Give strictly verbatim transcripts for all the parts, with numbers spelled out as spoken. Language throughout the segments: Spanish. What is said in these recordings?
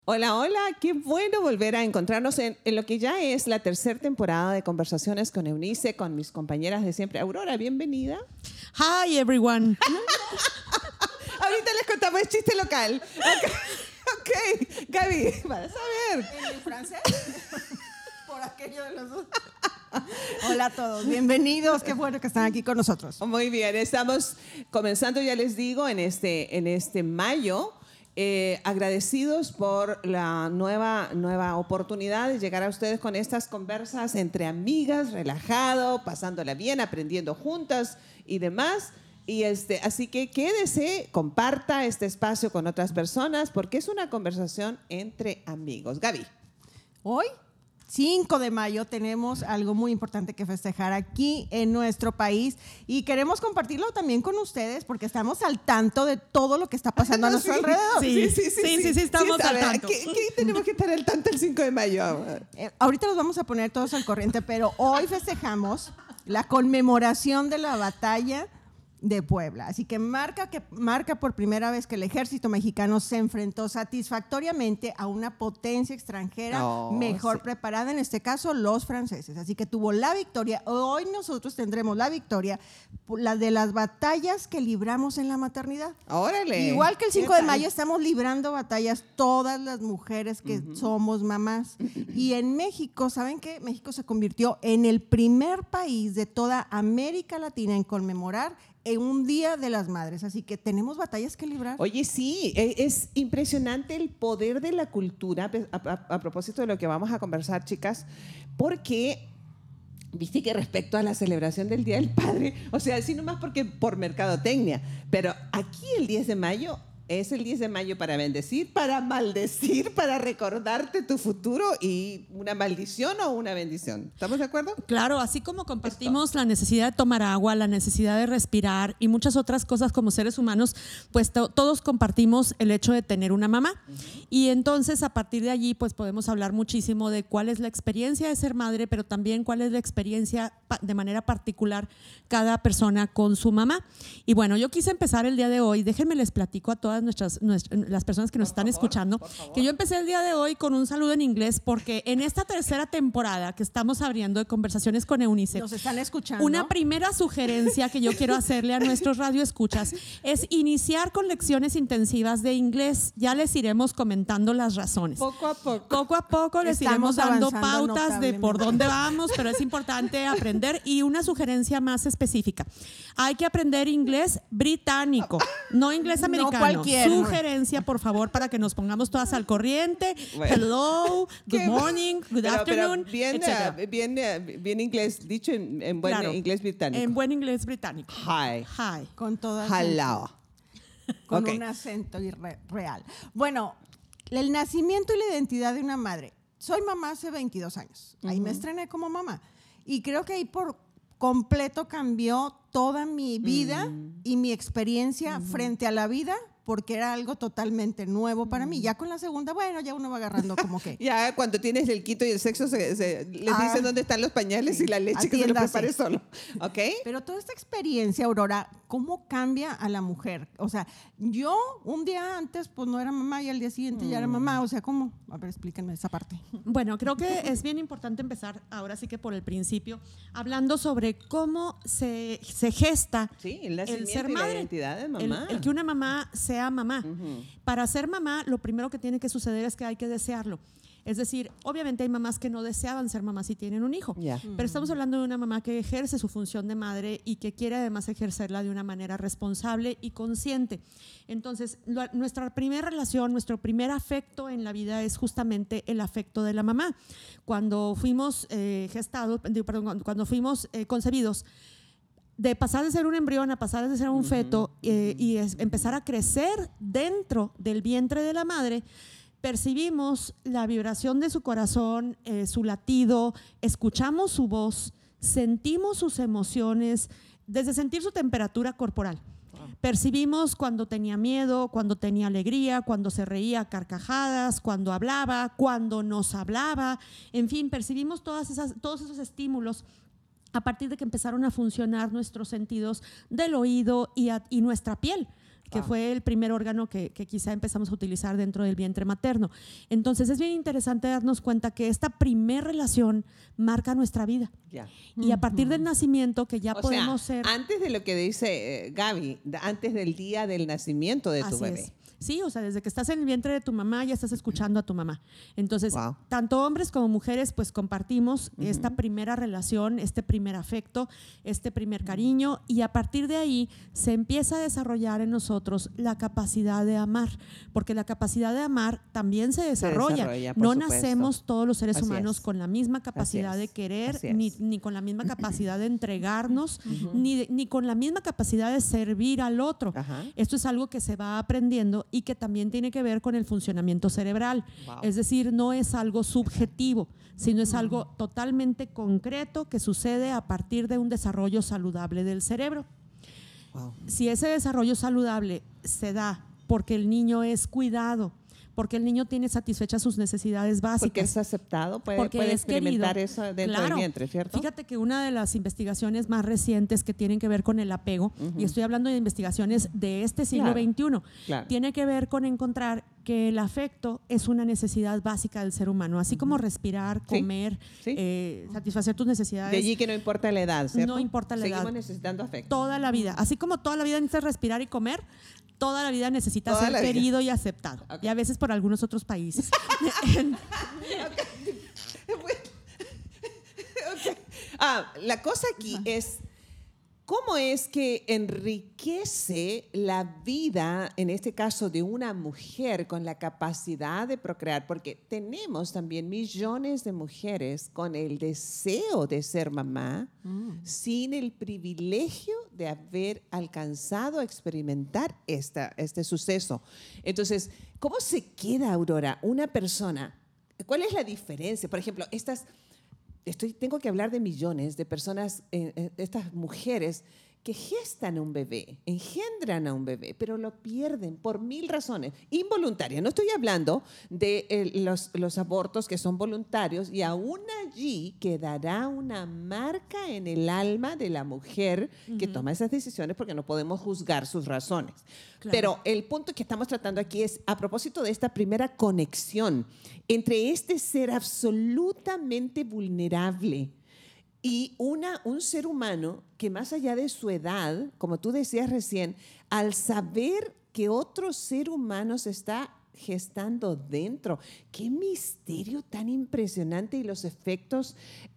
Hola, hola, qué bueno volver a encontrarnos en, en lo que ya es la tercera temporada de Conversaciones con Eunice, con mis compañeras de siempre. Aurora, bienvenida. Hi, everyone. Ahorita les contamos el chiste local. Ok, okay. Gaby, vas a ver. ¿En el francés? Por aquello de los dos. Hola a todos, bienvenidos, qué bueno que están aquí con nosotros. Muy bien, estamos comenzando, ya les digo, en este, en este mayo. Eh, agradecidos por la nueva, nueva oportunidad de llegar a ustedes con estas conversas entre amigas, relajado, pasándola bien, aprendiendo juntas y demás. Y este, así que quédese, comparta este espacio con otras personas porque es una conversación entre amigos. Gaby. Hoy, cinco de mayo, tenemos algo muy importante que festejar aquí en nuestro país y queremos compartirlo también con ustedes porque estamos al tanto de todo lo que está pasando a nuestro Sí. alrededor. Sí, sí, sí, sí, sí, estamos a al ver, tanto. ¿qué, qué tenemos que estar al tanto el cinco de mayo? Eh, ahorita los vamos a poner todos al corriente, pero hoy festejamos la conmemoración de la batalla de Puebla. Así que marca, que marca por primera vez que el ejército mexicano se enfrentó satisfactoriamente a una potencia extranjera Oh, mejor sí. preparada, en este caso los franceses. Así que tuvo la victoria. Hoy nosotros tendremos la victoria, la de las batallas que libramos en la maternidad. Órale. Igual que el ¿Qué cinco de tal? mayo estamos librando batallas todas las mujeres que uh-huh. somos mamás. Y en México, ¿saben qué? México se convirtió en el primer país de toda América Latina en conmemorar en un Día de las Madres. Así que tenemos batallas que librar. Oye, sí, es impresionante el poder de la cultura, a, a, a propósito de lo que vamos a conversar, chicas, porque viste que respecto a la celebración del Día del Padre, o sea, así nomás porque por mercadotecnia, pero aquí el diez de mayo es el diez de mayo para bendecir, para maldecir, para recordarte tu futuro y una maldición o una bendición. ¿Estamos de acuerdo? Claro, así como compartimos Esto. la necesidad de tomar agua, la necesidad de respirar y muchas otras cosas como seres humanos, pues to- todos compartimos el hecho de tener una mamá. Uh-huh. Y entonces a partir de allí pues podemos hablar muchísimo de cuál es la experiencia de ser madre, pero también cuál es la experiencia pa- de manera particular cada persona con su mamá. Y bueno, yo quise empezar el día de hoy, déjenme les platico a todas Nuestras, nuestras, las personas que nos por están favor, escuchando, que yo empecé el día de hoy con un saludo en inglés porque en esta tercera temporada que estamos abriendo de Conversaciones con Eunice, nos están escuchando. Una primera sugerencia que yo quiero hacerle a nuestros radioescuchas es iniciar con lecciones intensivas de inglés. Ya les iremos comentando las razones. Poco a poco. Poco a poco les Estamos iremos dando pautas de por dónde vamos, pero es importante aprender. Y una sugerencia más específica. Hay que aprender inglés británico, no inglés americano. No cualquier. Sugerencia, por favor, para que nos pongamos todas al corriente. Bueno. Hello, good morning, good pero, afternoon, pero bien, uh, bien, uh, bien inglés, dicho en, en buen claro, inglés británico. En buen inglés británico. Hi. Hi. Con todo Hello. Con okay. un acento irre- real. Bueno, el nacimiento y la identidad de una madre. Soy mamá hace veintidós años. Ahí uh-huh. me estrené como mamá. Y creo que ahí por completo cambió toda mi vida uh-huh. y mi experiencia uh-huh. frente a la vida, porque era algo totalmente nuevo para mí. Ya con la segunda, bueno, ya uno va agarrando como que... ya cuando tienes el quito y el sexo, se, se, les ah, dicen dónde están los pañales sí, y la leche que se lo prepare solo. ¿Okay? Pero toda esta experiencia, Aurora, ¿cómo cambia a la mujer? O sea, yo un día antes pues no era mamá y al día siguiente mm. ya era mamá. O sea, ¿cómo? A ver, explíquenme esa parte. Bueno, creo que es bien importante empezar ahora sí que por el principio, hablando sobre cómo se, se gesta sí, el, el ser madre. La identidad de mamá. El, el que una mamá sea mamá. Uh-huh. Para ser mamá, lo primero que tiene que suceder es que hay que desearlo. Es decir, obviamente hay mamás que no deseaban ser mamás y tienen un hijo, yeah. pero estamos hablando de una mamá que ejerce su función de madre y que quiere además ejercerla de una manera responsable y consciente. Entonces, lo, nuestra primera relación, nuestro primer afecto en la vida es justamente el afecto de la mamá. Cuando fuimos eh, gestados, perdón, cuando fuimos eh, concebidos, de pasar de ser un embrión a pasar de ser un uh-huh, feto eh, uh-huh. y es, empezar a crecer dentro del vientre de la madre, percibimos la vibración de su corazón, eh, su latido, escuchamos su voz, sentimos sus emociones, desde sentir su temperatura corporal. Wow. Percibimos cuando tenía miedo, cuando tenía alegría, cuando se reía a carcajadas, cuando hablaba, cuando nos hablaba, en fin, percibimos todas esas, todos esos estímulos a partir de que empezaron a funcionar nuestros sentidos del oído y, a, y nuestra piel. que Wow. fue el primer órgano que, que quizá empezamos a utilizar dentro del vientre materno. Entonces es bien interesante darnos cuenta que esta primer relación marca nuestra vida. Ya. Y a partir del nacimiento, que ya O podemos sea, ser... antes de lo que dice eh, Gaby, de- antes del día del nacimiento de tu Así bebé. es. Sí, o sea, desde que estás en el vientre de tu mamá ya estás escuchando a tu mamá. Entonces, Wow. tanto hombres como mujeres pues compartimos uh-huh. esta primera relación, este primer afecto, este primer cariño, y a partir de ahí se empieza a desarrollar en nosotros la capacidad de amar, porque la capacidad de amar también se desarrolla. Se desarrolla, por no supuesto. Nacemos todos los seres Así humanos es. con la misma capacidad de querer, ni, ni con la misma capacidad de entregarnos, uh-huh. ni, de, ni con la misma capacidad de servir al otro. Ajá. Esto es algo que se va aprendiendo y que también tiene que ver con el funcionamiento cerebral. Wow. Es decir, no es algo subjetivo, sino es algo totalmente concreto que sucede a partir de un desarrollo saludable del cerebro. Wow. Si ese desarrollo saludable se da porque el niño es cuidado, porque el niño tiene satisfechas sus necesidades básicas. Porque es aceptado, puede, porque puede es experimentar querido. eso dentro claro. del vientre, ¿cierto? Fíjate que una de las investigaciones más recientes que tienen que ver con el apego, uh-huh. y estoy hablando de investigaciones de este siglo claro. veintiuno, claro. tiene que ver con encontrar que el afecto es una necesidad básica del ser humano, así uh-huh. como respirar, comer, ¿Sí? ¿Sí? Eh, satisfacer tus necesidades. De allí que no importa la edad, ¿cierto? No importa la Seguimos edad. Seguimos necesitando afecto. Toda la vida. Así como toda la vida necesitas respirar y comer, toda la vida necesita toda ser querido y aceptado. Okay. Y a veces por algunos otros países. okay. ah, la cosa aquí uh-huh. es cómo es que enriquece la vida, en este caso de una mujer, con la capacidad de procrear, porque tenemos también millones de mujeres con el deseo de ser mamá, mm. sin el privilegio de haber alcanzado a experimentar esta, este suceso. Entonces, ¿cómo se queda, Aurora, una persona? ¿Cuál es la diferencia? Por ejemplo, estas... Estoy, tengo que hablar de millones de personas, eh, estas mujeres que gestan a un bebé, engendran a un bebé, pero lo pierden por mil razones, involuntarias. No estoy hablando de eh, los, los abortos que son voluntarios, y aún allí quedará una marca en el alma de la mujer uh-huh. que toma esas decisiones, porque no podemos juzgar sus razones. Claro. Pero el punto que estamos tratando aquí es, a propósito de esta primera conexión entre este ser absolutamente vulnerable y una, un ser humano que, más allá de su edad, como tú decías recién, al saber que otro ser humano se está gestando dentro, qué misterio tan impresionante, y los efectos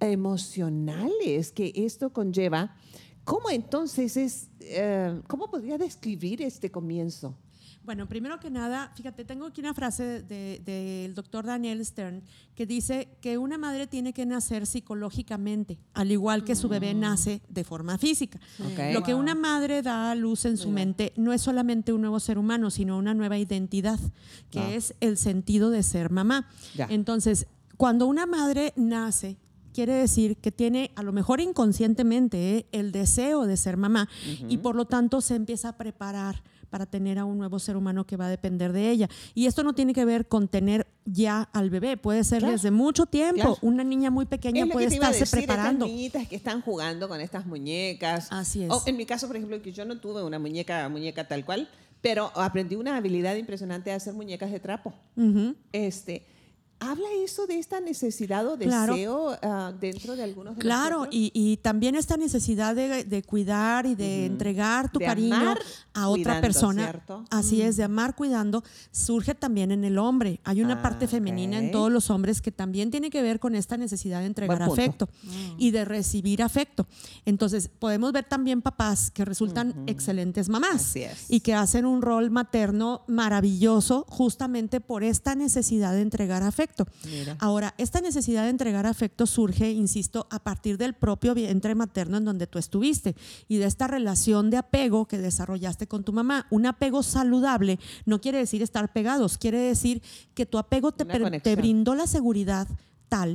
emocionales que esto conlleva. ¿Cómo entonces es, uh, cómo podría describir este comienzo? Bueno, primero que nada, fíjate, tengo aquí una frase del de, de doctor Daniel Stern que dice que una madre tiene que nacer psicológicamente, al igual que su bebé nace de forma física. Okay. Lo que una madre da a luz en su yeah. mente no es solamente un nuevo ser humano, sino una nueva identidad, que wow. es el sentido de ser mamá. Yeah. Entonces, cuando una madre nace, quiere decir que tiene, a lo mejor inconscientemente, ¿eh? el deseo de ser mamá, uh-huh. y por lo tanto se empieza a preparar para tener a un nuevo ser humano que va a depender de ella. Y esto no tiene que ver con tener ya al bebé, puede ser claro. desde mucho tiempo. Claro. Una niña muy pequeña puede estarse decir, preparando. Estas niñitas que están jugando con estas muñecas. Así es. O en mi caso, por ejemplo, que yo no tuve una muñeca, muñeca tal cual, pero aprendí una habilidad impresionante de hacer muñecas de trapo. Uh-huh. Este... ¿Habla eso de esta necesidad o deseo claro. uh, dentro de algunos de Claro, nosotros? y, y también esta necesidad de, de cuidar y de uh-huh. entregar tu de cariño amar, a otra cuidando, persona. ¿cierto? Así uh-huh. es, de amar cuidando, surge también en el hombre. Hay una ah, parte femenina okay. en todos los hombres que también tiene que ver con esta necesidad de entregar afecto uh-huh. y de recibir afecto. Entonces, podemos ver también papás que resultan uh-huh. excelentes mamás Así es. y que hacen un rol materno maravilloso justamente por esta necesidad de entregar afecto. Mira. Ahora, esta necesidad de entregar afecto surge, insisto, a partir del propio vientre materno en donde tú estuviste y de esta relación de apego que desarrollaste con tu mamá. Un apego saludable no quiere decir estar pegados, quiere decir que tu apego te, per- te brindó la seguridad tal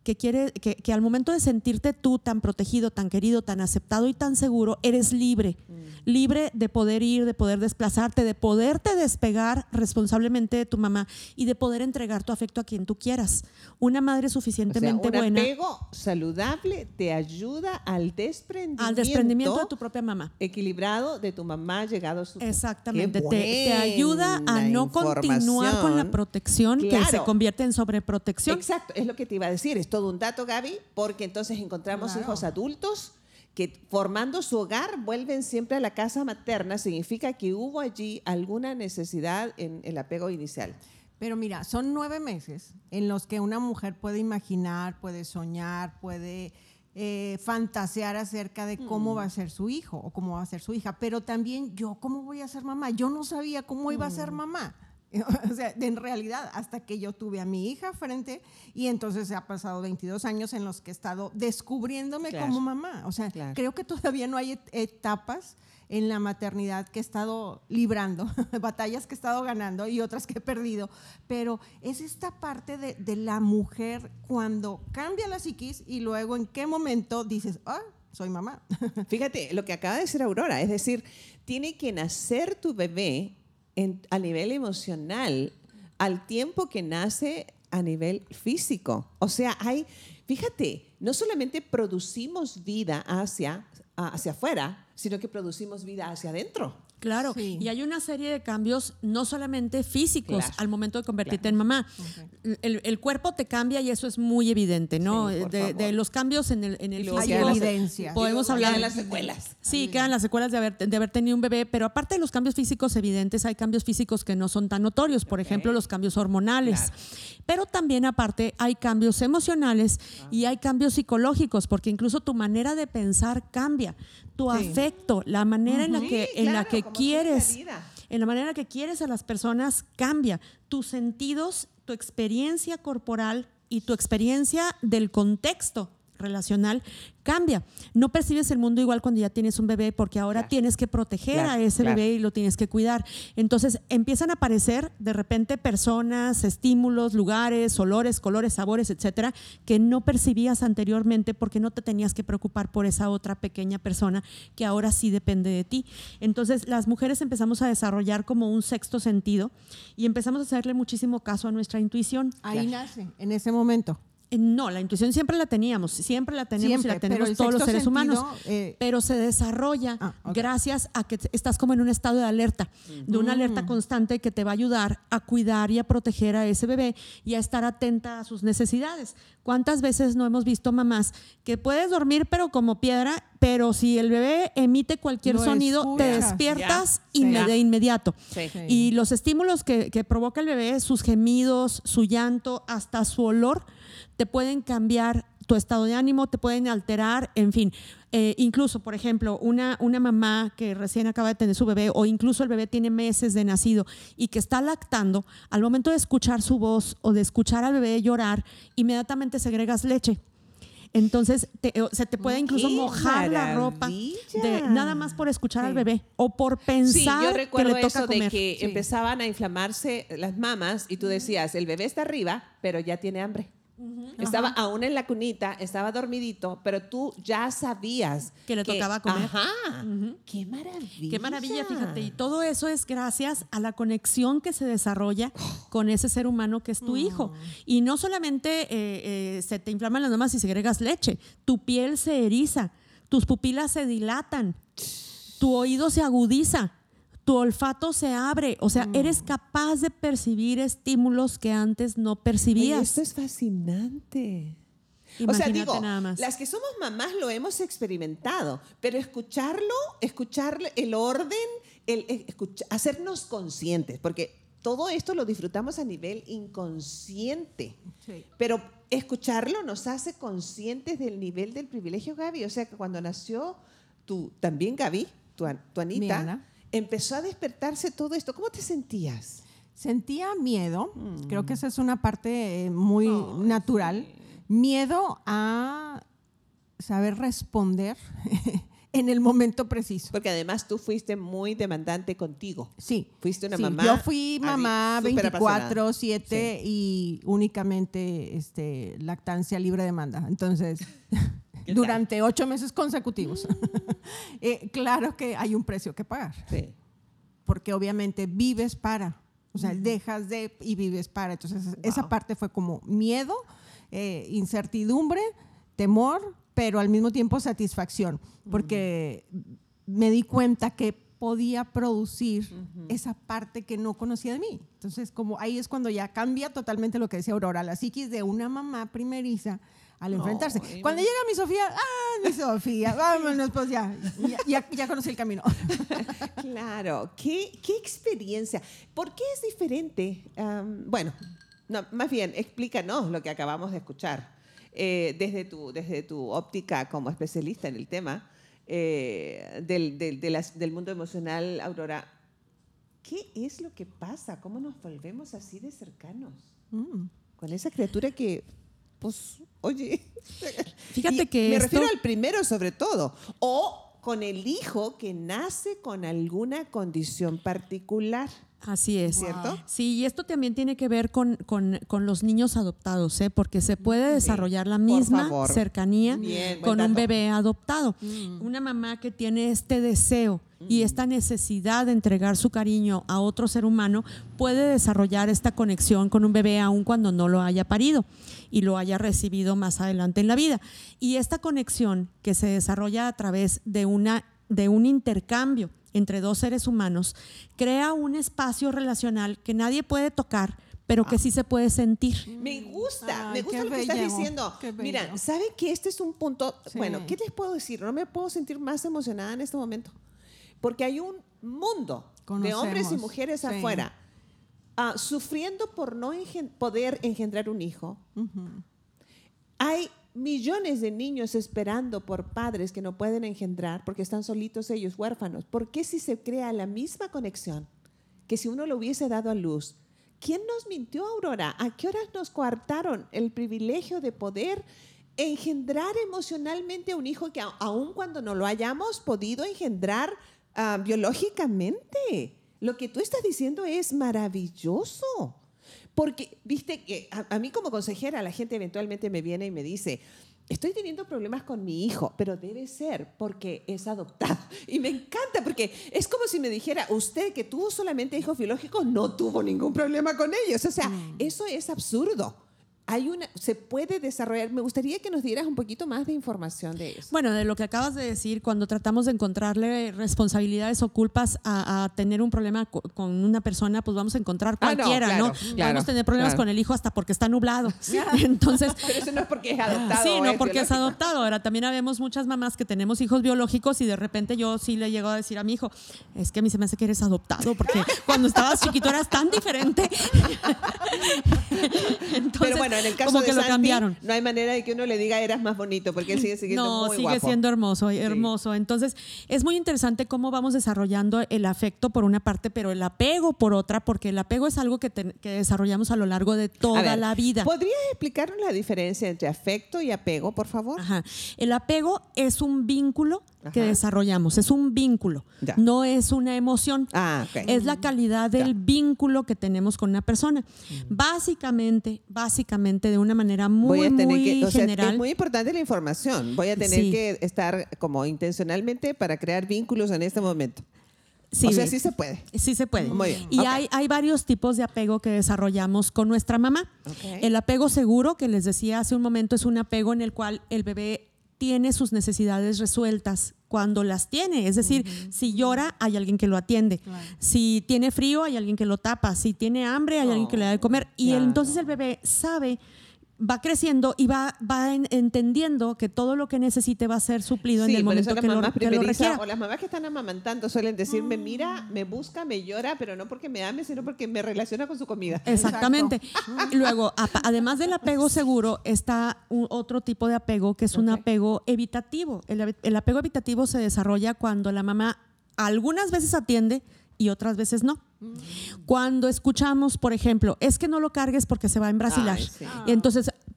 que, quiere, que, que al momento de sentirte tú tan protegido, tan querido, tan aceptado y tan seguro, eres libre. Mm. Libre de poder ir, de poder desplazarte, de poderte despegar responsablemente de tu mamá y de poder entregar tu afecto a quien tú quieras. Una madre suficientemente o sea, un buena. Un apego saludable te ayuda al desprendimiento. Al desprendimiento de tu propia mamá. Equilibrado de tu mamá llegado a su... Exactamente. Te, te ayuda a no continuar con la protección, claro, que se convierte en sobreprotección. Exacto, es lo que te iba a decir. Es todo un dato, Gaby, porque entonces encontramos claro. hijos adultos que formando su hogar vuelven siempre a la casa materna. Significa que hubo allí alguna necesidad en el apego inicial. Pero mira, son nueve meses en los que una mujer puede imaginar, puede soñar, puede eh, fantasear acerca de cómo mm. va a ser su hijo o cómo va a ser su hija. Pero también yo, ¿cómo voy a ser mamá? Yo no sabía cómo iba mm. a ser mamá. O sea, en realidad, hasta que yo tuve a mi hija frente y entonces se ha pasado veintidós años en los que he estado descubriéndome claro. como mamá. O sea, claro. creo que todavía no hay et- etapas en la maternidad que he estado librando, batallas que he estado ganando y otras que he perdido, pero es esta parte de, de la mujer cuando cambia la psiquis y luego en qué momento dices, ah, soy mamá. Fíjate, lo que acaba de decir Aurora, es decir, tiene que nacer tu bebé en, a nivel emocional al tiempo que nace a nivel físico. O sea, hay, fíjate, no solamente producimos vida hacia, hacia afuera, sino que producimos vida hacia adentro. Claro, sí. Y hay una serie de cambios no solamente físicos claro. al momento de convertirte claro. en mamá. Okay. El, el cuerpo te cambia y eso es muy evidente, ¿no? Sí, de, de los cambios en el, en el físico. Hay evidencia. Podemos hablar de las secuelas. Sí, quedan las secuelas de haber, de haber tenido un bebé, pero aparte de los cambios físicos evidentes, hay cambios físicos que no son tan notorios, por okay. ejemplo, los cambios hormonales. Claro. Pero también aparte hay cambios emocionales ah. y hay cambios psicológicos, porque incluso tu manera de pensar cambia. Tu sí. afecto, la manera uh-huh. en la que, sí, en claro, la que quieres, en la manera en la que quieres a las personas cambia. Tus sentidos, tu experiencia corporal y tu experiencia del contexto relacional cambia. No percibes el mundo igual cuando ya tienes un bebé porque ahora claro. tienes que proteger claro, a ese claro. bebé y lo tienes que cuidar. Entonces empiezan a aparecer de repente personas, estímulos, lugares, olores, colores, sabores, etcétera, que no percibías anteriormente porque no te tenías que preocupar por esa otra pequeña persona que ahora sí depende de ti. Entonces las mujeres empezamos a desarrollar como un sexto sentido y empezamos a hacerle muchísimo caso a nuestra intuición. Ahí claro. nace, en ese momento. No, la intuición siempre la teníamos, siempre la tenemos siempre, y la tenemos todos los seres sentido, humanos, eh, pero se desarrolla ah, okay. gracias a que estás como en un estado de alerta, uh-huh. de una alerta constante que te va a ayudar a cuidar y a proteger a ese bebé y a estar atenta a sus necesidades. ¿Cuántas veces no hemos visto mamás que puedes dormir pero como piedra, pero si el bebé emite cualquier Lo sonido, escuchas. te despiertas yeah. inme- de inmediato? Sí. Sí. Y los estímulos que, que provoca el bebé, sus gemidos, su llanto, hasta su olor, te pueden cambiar tu estado de ánimo, te pueden alterar, en fin. Eh, incluso, por ejemplo, una, una mamá que recién acaba de tener su bebé o incluso el bebé tiene meses de nacido y que está lactando, al momento de escuchar su voz o de escuchar al bebé llorar, inmediatamente segregas leche. Entonces te, se te puede incluso ¡Qué mojar maravilla! la ropa de, nada más por escuchar sí. al bebé o por pensar sí, yo recuerdo que le toca eso comer. de que sí. empezaban a inflamarse las mamas y tú decías, el bebé está arriba, pero ya tiene hambre. Uh-huh. Estaba ajá. aún en la cunita, estaba dormidito, pero tú ya sabías que le que, tocaba comer. Ajá. Uh-huh. ¡Qué maravilla! ¡Qué maravilla! Fíjate, y todo eso es gracias a la conexión que se desarrolla con ese ser humano que es tu uh-huh. hijo. Y no solamente eh, eh, se te inflaman las mamas y segregas leche, tu piel se eriza, tus pupilas se dilatan, tu oído se agudiza, tu olfato se abre, o sea, mm. eres capaz de percibir estímulos que antes no percibías. Oye, esto es fascinante. Imagínate, o sea, digo, nada más. Las que somos mamás lo hemos experimentado, pero escucharlo, escuchar el orden, el, el escuchar, hacernos conscientes, porque todo esto lo disfrutamos a nivel inconsciente, sí. pero escucharlo nos hace conscientes del nivel del privilegio, Gaby. O sea, que cuando nació tú, también Gaby, tu, tu Anita, empezó a despertarse todo esto. ¿Cómo te sentías? Sentía miedo. Mm. Creo que esa es una parte muy oh, natural. Sí. Miedo a saber responder en el momento preciso. Porque además tú fuiste muy demandante contigo. Sí. Fuiste una sí, mamá. Yo fui mamá así, súper veinticuatro siete Sí. y únicamente este, lactancia libre demanda. Entonces, ¿Qué durante tal? ocho meses consecutivos. eh, claro que hay un precio que pagar. Sí. Porque obviamente vives para, o sea, uh-huh. dejas de y vives para. Entonces, wow. esa parte fue como miedo, eh, incertidumbre, temor, pero al mismo tiempo satisfacción, porque uh-huh. me di cuenta que podía producir uh-huh. esa parte que no conocía de mí. Entonces, como ahí es cuando ya cambia totalmente lo que decía Aurora, la psiquis de una mamá primeriza al enfrentarse. Oh, cuando llega mi Sofía, ¡ah, mi Sofía! Vámonos, pues ya, ya, ya, ya conocí el camino. Claro, ¿Qué, qué experiencia. ¿Por qué es diferente? Um, bueno, no, más bien, explícanos lo que acabamos de escuchar. Eh, desde, tu, desde tu óptica como especialista en el tema eh, del, del, de las, del mundo emocional, Aurora, ¿qué es lo que pasa? ¿Cómo nos volvemos así de cercanos? Mm. Con esa criatura que, pues, oye... Fíjate que me esto... refiero al primero sobre todo, o con el hijo que nace con alguna condición particular. Así es. ¿Cierto? Sí, y esto también tiene que ver con, con, con los niños adoptados, ¿eh? Porque se puede desarrollar sí, la misma cercanía Bien, con un bebé adoptado. Mm. Una mamá que tiene este deseo mm. y esta necesidad de entregar su cariño a otro ser humano puede desarrollar esta conexión con un bebé aun cuando no lo haya parido y lo haya recibido más adelante en la vida. Y esta conexión que se desarrolla a través de, una, de un intercambio entre dos seres humanos, crea un espacio relacional que nadie puede tocar, pero que sí se puede sentir. Me gusta, Ay, me gusta lo bello, que estás diciendo. Mira, ¿saben que este es un punto? Sí. Bueno, ¿qué les puedo decir? No me puedo sentir más emocionada en este momento, porque hay un mundo Conocemos. de hombres y mujeres sí. afuera uh, sufriendo por no engen- poder engendrar un hijo. Uh-huh. Hay millones de niños esperando por padres que no pueden engendrar porque están solitos ellos, huérfanos. ¿Por qué si se crea la misma conexión que si uno lo hubiese dado a luz? ¿Quién nos mintió, Aurora? ¿A qué horas nos coartaron el privilegio de poder engendrar emocionalmente a un hijo que aun cuando no lo hayamos podido engendrar uh, biológicamente? Lo que tú estás diciendo es maravilloso. Porque, viste, que a, a mí como consejera la gente eventualmente me viene y me dice, estoy teniendo problemas con mi hijo, pero debe ser porque es adoptado. Y me encanta porque es como si me dijera, usted que tuvo solamente hijos biológicos no tuvo ningún problema con ellos. O sea, mm. eso es absurdo. Hay una, se puede desarrollar. Me gustaría que nos dieras un poquito más de información de eso. Bueno, de lo que acabas de decir, cuando tratamos de encontrarle responsabilidades o culpas a, a tener un problema co- con una persona, pues vamos a encontrar cualquiera, ah, no, claro, ¿no? Claro, Podemos tener problemas claro. con el hijo hasta porque está nublado. Sí. Entonces, pero eso no es porque es adoptado. Sí, no es porque biológico. es adoptado. Ahora, también habemos muchas mamás que tenemos hijos biológicos y de repente yo sí le llego a decir a mi hijo, es que a mí se me hace que eres adoptado porque cuando estabas chiquito eras tan diferente. Entonces, pero bueno, en el caso como de que Santi, lo cambiaron. No hay manera de que uno le diga eras más bonito porque él sigue siendo no, muy sigue guapo. siendo hermoso, hermoso. Sí. Entonces, es muy interesante cómo vamos desarrollando el afecto por una parte, pero el apego por otra, porque el apego es algo que, te, que desarrollamos a lo largo de toda ver, la vida. ¿Podrías explicarnos la diferencia entre afecto y apego, por favor? Ajá. El apego es un vínculo Ajá. que desarrollamos, es un vínculo, ya. no es una emoción. Ah, okay. Es la calidad del ya. vínculo que tenemos con una persona. Mm. Básicamente, básicamente de una manera muy, muy que, o general. Sea, es muy importante la información. Voy a tener sí. que estar como intencionalmente para crear vínculos en este momento. Sí, o sea, sí se puede. Sí se puede. Muy bien. Y okay. hay, hay varios tipos de apego que desarrollamos con nuestra mamá. Okay. El apego seguro, que les decía hace un momento, es un apego en el cual el bebé tiene sus necesidades resueltas cuando las tiene. Es decir, uh-huh. si llora, hay alguien que lo atiende. Claro. Si tiene frío, hay alguien que lo tapa. Si tiene hambre, hay oh, alguien que le da de comer. Y claro. el, entonces el bebé sabe... va creciendo y va, va en, entendiendo que todo lo que necesite va a ser suplido sí, en el momento que lo, que lo requiera. O las mamás que están amamantando suelen decirme, mm. mira, me busca, me llora, pero no porque me ame, sino porque me relaciona con su comida. Exactamente. Luego, a, además del apego seguro, está un, otro tipo de apego que es okay. un apego evitativo. El, el apego evitativo se desarrolla cuando la mamá algunas veces atiende y otras veces no. Cuando escuchamos, por ejemplo, es que no lo cargues porque se va a embrasilar. Ay, sí. Entonces,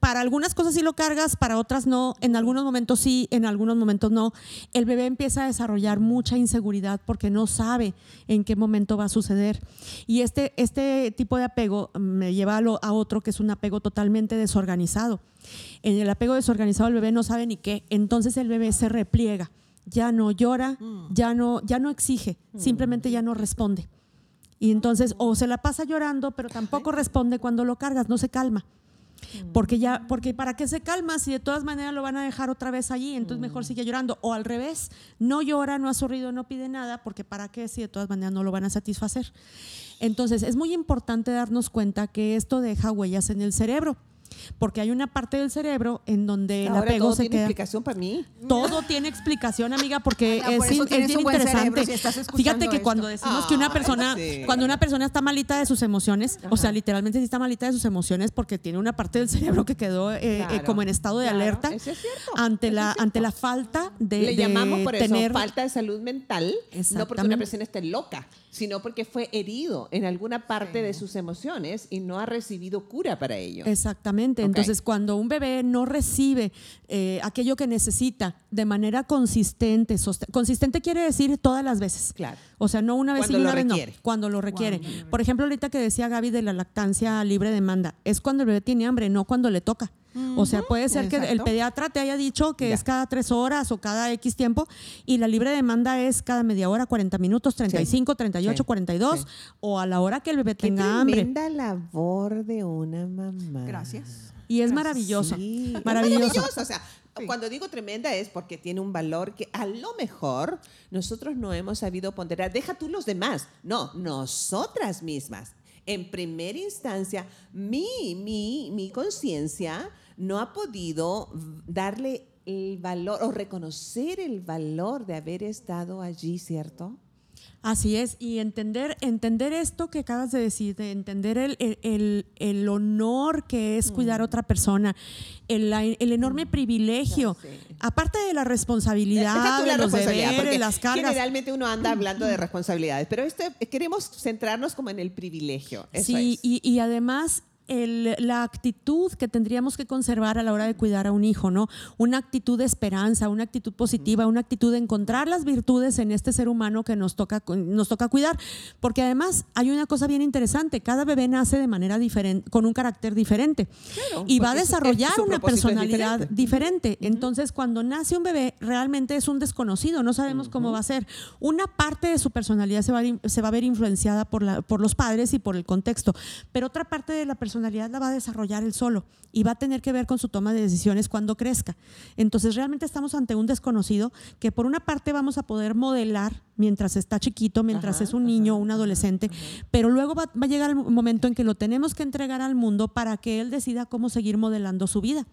para algunas cosas sí lo cargas, para otras no, en algunos momentos sí, en algunos momentos no. El bebé empieza a desarrollar mucha inseguridad porque no sabe en qué momento va a suceder. Y este, este tipo de apego me lleva a, lo, a otro que es un apego totalmente desorganizado. En el apego desorganizado el bebé no sabe ni qué, entonces el bebé se repliega, ya no llora, ya no, ya no exige, simplemente ya no responde. Y entonces o se la pasa llorando, pero tampoco responde cuando lo cargas, no se calma. Porque ya, porque ¿para qué se calma si de todas maneras lo van a dejar otra vez allí? Entonces mejor sigue llorando. O al revés, no llora, no ha sonrido, no pide nada, porque ¿para qué si de todas maneras no lo van a satisfacer? Entonces es muy importante darnos cuenta que esto deja huellas en el cerebro. Porque hay una parte del cerebro en donde Ahora el apego todo se tiene queda. explicación para mí. Todo tiene explicación, amiga, porque Ah, por es, eso es tienes bien un buen interesante. cerebro si estás escuchando Fíjate que esto. cuando decimos que una Ay, persona, sí. cuando una persona está malita de sus emociones, o sea, literalmente sí está malita de sus emociones porque tiene una parte del cerebro que quedó eh, Claro, eh, como en estado de claro, alerta eso es cierto, ante eso la es cierto. ante la falta de, Le de llamamos por tener eso falta de salud mental, no porque Exactamente. una persona esté loca, sino porque fue herido en alguna parte de sus emociones y no ha recibido cura para ello. Exactamente. Ok. Entonces, cuando un bebé no recibe eh, aquello que necesita de manera consistente, soste- consistente quiere decir todas las veces. Claro. O sea, no una vez Cuando y lo una vez no, requiere. cuando lo requiere. Cuando lo requiere. Por ejemplo, ahorita que decía Gaby de la lactancia libre demanda, es cuando el bebé tiene hambre, no cuando le toca. O sea, puede ser que el exacto. pediatra te haya dicho que Ya. es cada tres horas o cada X tiempo y la libre demanda es cada media hora, cuarenta minutos, treinta y cinco, treinta y ocho, Sí. cuarenta y dos Sí. o a la hora que el bebé Qué tenga hambre. tremenda labor de una mamá. Gracias. Y es maravilloso. Sí, es Maravilloso. maravilloso. O sea, Sí. cuando digo tremenda es porque tiene un valor que a lo mejor nosotros no hemos sabido ponderar. Deja tú los demás. No, nosotras mismas. En primera instancia, mi, mi, mi conciencia no ha podido darle el valor o reconocer el valor de haber estado allí, ¿cierto? Así es, y entender, entender esto que acabas de decir, de entender el, el, el, el honor que es cuidar a otra persona, el, la- el enorme privilegio, Ya sé. aparte de la Deja responsabilidad, tú la de los responsabilidad, deberes, porque las cargas. generalmente uno anda hablando de responsabilidades, pero este, queremos centrarnos como en el privilegio. Eso Sí, es. y, y además el- la actitud que tendríamos que conservar a la hora de cuidar a un hijo, ¿no? Una actitud de esperanza, una actitud positiva, una actitud de encontrar las virtudes en este ser humano que nos toca, nos toca cuidar. Porque además hay una cosa bien interesante, cada bebé nace de manera diferente, con un carácter diferente. Claro, y va a porque su- desarrollar su una propósito es personalidad diferente. diferente. Entonces, cuando nace un bebé, realmente es un desconocido, no sabemos cómo va a ser. Una parte de su personalidad se va a, se va a ver influenciada por, la, por los padres y por el contexto, pero otra parte de la personalidad la va a desarrollar él solo y va a tener que ver con su toma de decisiones cuando crezca. Entonces, realmente estamos ante un desconocido que por una parte vamos a poder modelar mientras está chiquito, mientras Ajá, es un niño o ajá, un adolescente, ajá. pero luego va, va a llegar el momento en que lo tenemos que entregar al mundo para que él decida cómo seguir modelando su vida.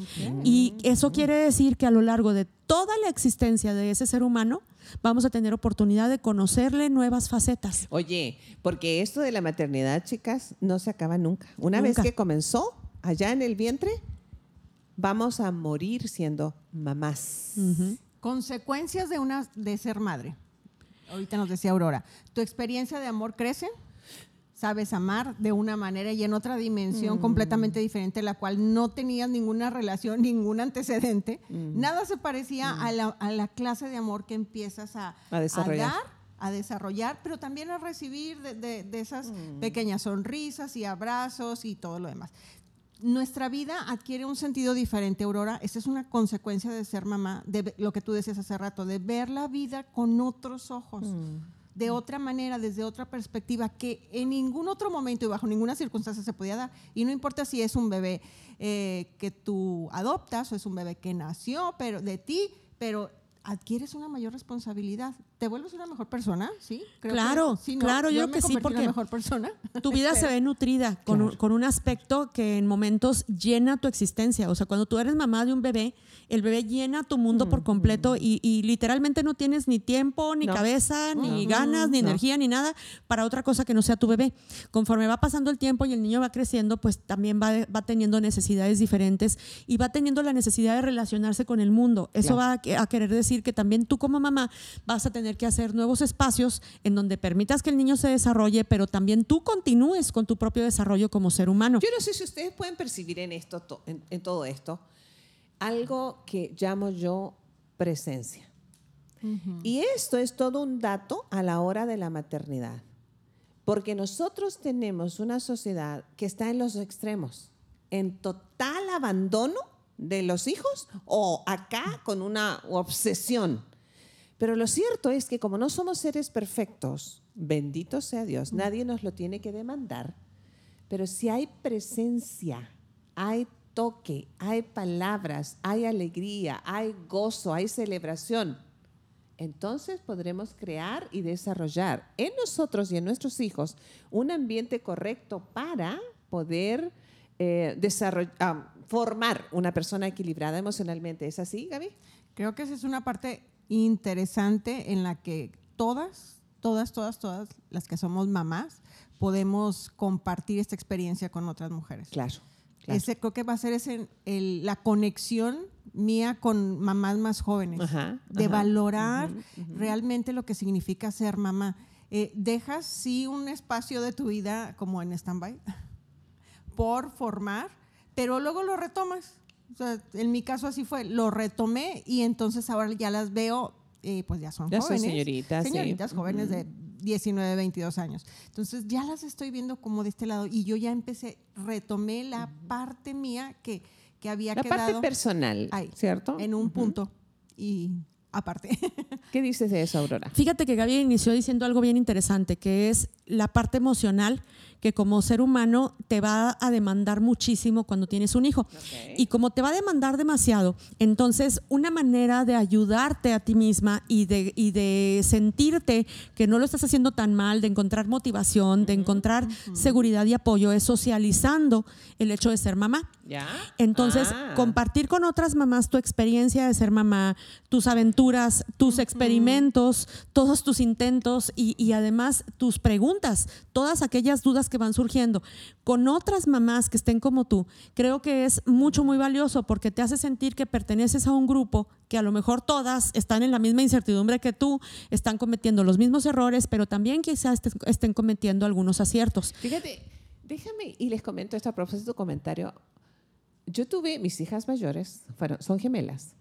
Y eso quiere decir que a lo largo de toda la existencia de ese ser humano vamos a tener oportunidad de conocerle nuevas facetas. Oye, porque esto de la maternidad, chicas, no se acaba nunca. Una Nunca. vez que comenzó allá en el vientre, vamos a morir siendo mamás. Ujú. Consecuencias de, una, de ser madre. Ahorita nos decía Aurora. ¿Tu experiencia de amor crece? Sabes amar de una manera y en otra dimensión Mm. completamente diferente, la cual no tenías ninguna relación, ningún antecedente. Mm. Nada se parecía a, la, a la clase de amor que empiezas a, A desarrollar. dar, a desarrollar, pero también a recibir de, de- de esas Mm. pequeñas sonrisas y abrazos y todo lo demás. Nuestra vida adquiere un sentido diferente, Aurora. Esta es una consecuencia de ser mamá, de ve- lo que tú decías hace rato, de ver la vida con otros ojos, de otra manera, desde otra perspectiva, que en ningún otro momento y bajo ninguna circunstancia se podía dar. Y no importa si es un bebé eh, que tú adoptas o es un bebé que nació pero de ti, pero adquieres una mayor responsabilidad. ¿Te vuelves una mejor persona? ¿Sí? Creo Claro, que, sí, ¿no? claro, yo me creo que sí, convertí en porque una mejor persona. Tu vida se ve nutrida con, un, con un aspecto que en momentos llena tu existencia. O sea, cuando tú eres mamá de un bebé, el bebé llena tu mundo por completo y, y literalmente no tienes ni tiempo, ni No. cabeza, ni No. ganas, ni No. energía, ni nada para otra cosa que no sea tu bebé. Conforme va pasando el tiempo y el niño va creciendo, pues también va, va teniendo necesidades diferentes y va teniendo la necesidad de relacionarse con el mundo. Eso Claro. va a, a querer decir que también tú como mamá vas a tener tener que hacer nuevos espacios en donde permitas que el niño se desarrolle, pero también tú continúes con tu propio desarrollo como ser humano. Yo no sé si ustedes pueden percibir en, esto, en, en todo esto algo que llamo yo presencia. Uh-huh. Y esto es todo un dato a la hora de la maternidad. Porque nosotros tenemos una sociedad que está en los extremos, en total abandono de los hijos o acá con una obsesión. Pero lo cierto es que como no somos seres perfectos, bendito sea Dios, nadie nos lo tiene que demandar, pero si hay presencia, hay toque, hay palabras, hay alegría, hay gozo, hay celebración, entonces podremos crear y desarrollar en nosotros y en nuestros hijos un ambiente correcto para poder eh, desarroll- uh, formar una persona equilibrada emocionalmente. ¿Es así, Gaby? Creo que esa es una parte interesante en la que todas, todas, todas, todas las que somos mamás podemos compartir esta experiencia con otras mujeres. Claro. Claro. Ese, creo que va a ser ese, el, la conexión mía con mamás más jóvenes, ajá, de ajá, valorar uh-huh, uh-huh. realmente lo que significa ser mamá. Eh, dejas sí un espacio de tu vida como en stand-by por formar, pero luego lo retomas. O sea, en mi caso así fue, lo retomé y entonces ahora ya las veo, eh, pues ya son ya jóvenes. Son señoritas. Señoritas sí. jóvenes uh-huh. de diecinueve, veintidós años. Entonces ya las estoy viendo como de este lado y yo ya empecé, retomé la uh-huh. parte mía que, que había la quedado. La parte personal, ahí, ¿cierto? En un uh-huh. punto y aparte. ¿Qué dices de eso, Aurora? Fíjate que Gaby inició diciendo algo bien interesante, que es la parte emocional que como ser humano te va a demandar muchísimo cuando tienes un hijo. Okay. Y como te va a demandar demasiado, entonces una manera de ayudarte a ti misma y de, y de sentirte que no lo estás haciendo tan mal, de encontrar motivación, uh-huh. de encontrar uh-huh. seguridad y apoyo, es socializando el hecho de ser mamá. ¿Ya? Entonces, ah. compartir con otras mamás tu experiencia de ser mamá, tus aventuras, tus uh-huh. experimentos, todos tus intentos y, y además tus preguntas, todas aquellas dudas que van surgiendo con otras mamás que estén como tú, creo que es mucho, muy valioso porque te hace sentir que perteneces a un grupo que a lo mejor todas están en la misma incertidumbre que tú, están cometiendo los mismos errores, pero también quizás estén cometiendo algunos aciertos. Fíjate, déjame y les comento esto a propósito de tu comentario. Yo tuve mis hijas mayores, fueron, son gemelas.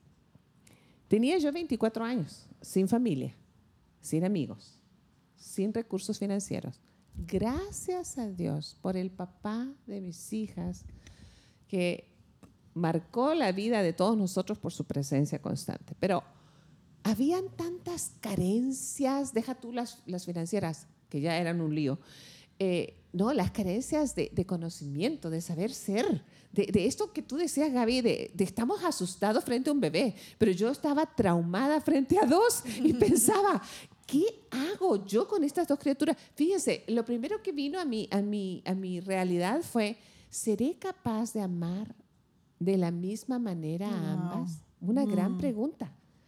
Tenía yo veinticuatro años, sin familia, sin amigos, sin recursos financieros. Gracias a Dios por el papá de mis hijas que marcó la vida de todos nosotros por su presencia constante. Pero habían tantas carencias, deja tú las, las financieras, que ya eran un lío, eh, no, las carencias de, de conocimiento, de saber ser, de, de esto que tú decías, Gaby, de, de estamos asustados frente a un bebé, pero yo estaba traumada frente a dos y pensaba, ¿qué hago yo con estas dos criaturas? Fíjense, lo primero que vino a mi, a mi, a mi realidad fue, ¿seré capaz de amar de la misma manera a ambas? No. Una mm. gran pregunta.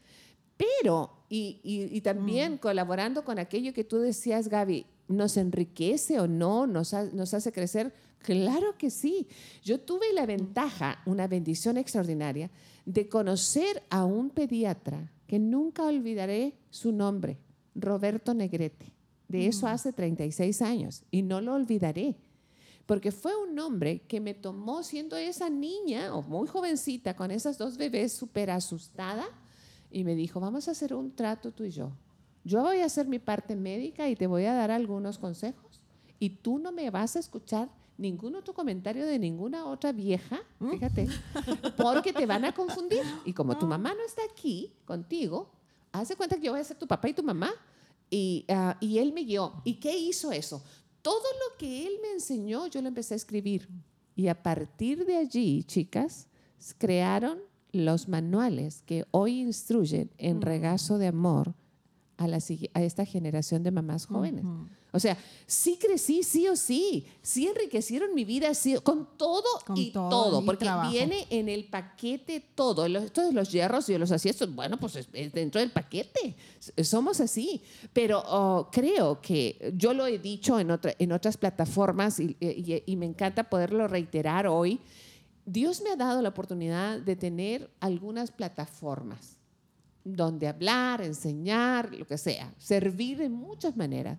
Pero, y, y, y también mm. colaborando con aquello que tú decías, Gaby, ¿nos enriquece o no? ¿Nos, ha, nos hace crecer? Claro que sí. Yo tuve la ventaja, una bendición extraordinaria, de conocer a un pediatra que nunca olvidaré su nombre, Roberto Negrete. De eso hace treinta y seis años y no lo olvidaré, porque fue un hombre que me tomó siendo esa niña o muy jovencita con esas dos bebés súper asustada y me dijo, vamos a hacer un trato tú y yo. Yo voy a hacer mi parte médica y te voy a dar algunos consejos y tú no me vas a escuchar ningún otro comentario de ninguna otra vieja, fíjate, porque te van a confundir. Y como tu mamá no está aquí contigo, haz de cuenta que yo voy a ser tu papá y tu mamá. Y, uh, y él me guió. ¿Y qué hizo eso? Todo lo que él me enseñó, yo lo empecé a escribir. Y a partir de allí, chicas, crearon los manuales que hoy instruyen en regazo de amor a, la, a esta generación de mamás jóvenes. Uh-huh. O sea, sí crecí, sí o sí. Sí enriquecieron mi vida, sí, con todo con y todo, todo porque trabajo. Viene en el paquete todo. Los, todos los hierros y los aciertos, bueno, pues es, es dentro del paquete. Somos así. Pero oh, creo que yo lo he dicho en, otra, en otras plataformas y, y, y me encanta poderlo reiterar hoy. Dios me ha dado la oportunidad de tener algunas plataformas donde hablar, enseñar, lo que sea, servir de muchas maneras.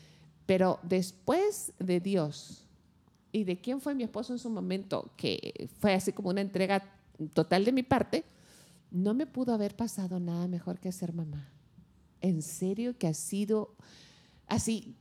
Pero después de Dios y de quién fue mi esposo en su momento, que fue así como una entrega total de mi parte, no me pudo haber pasado nada mejor que ser mamá. En serio que ha sido así.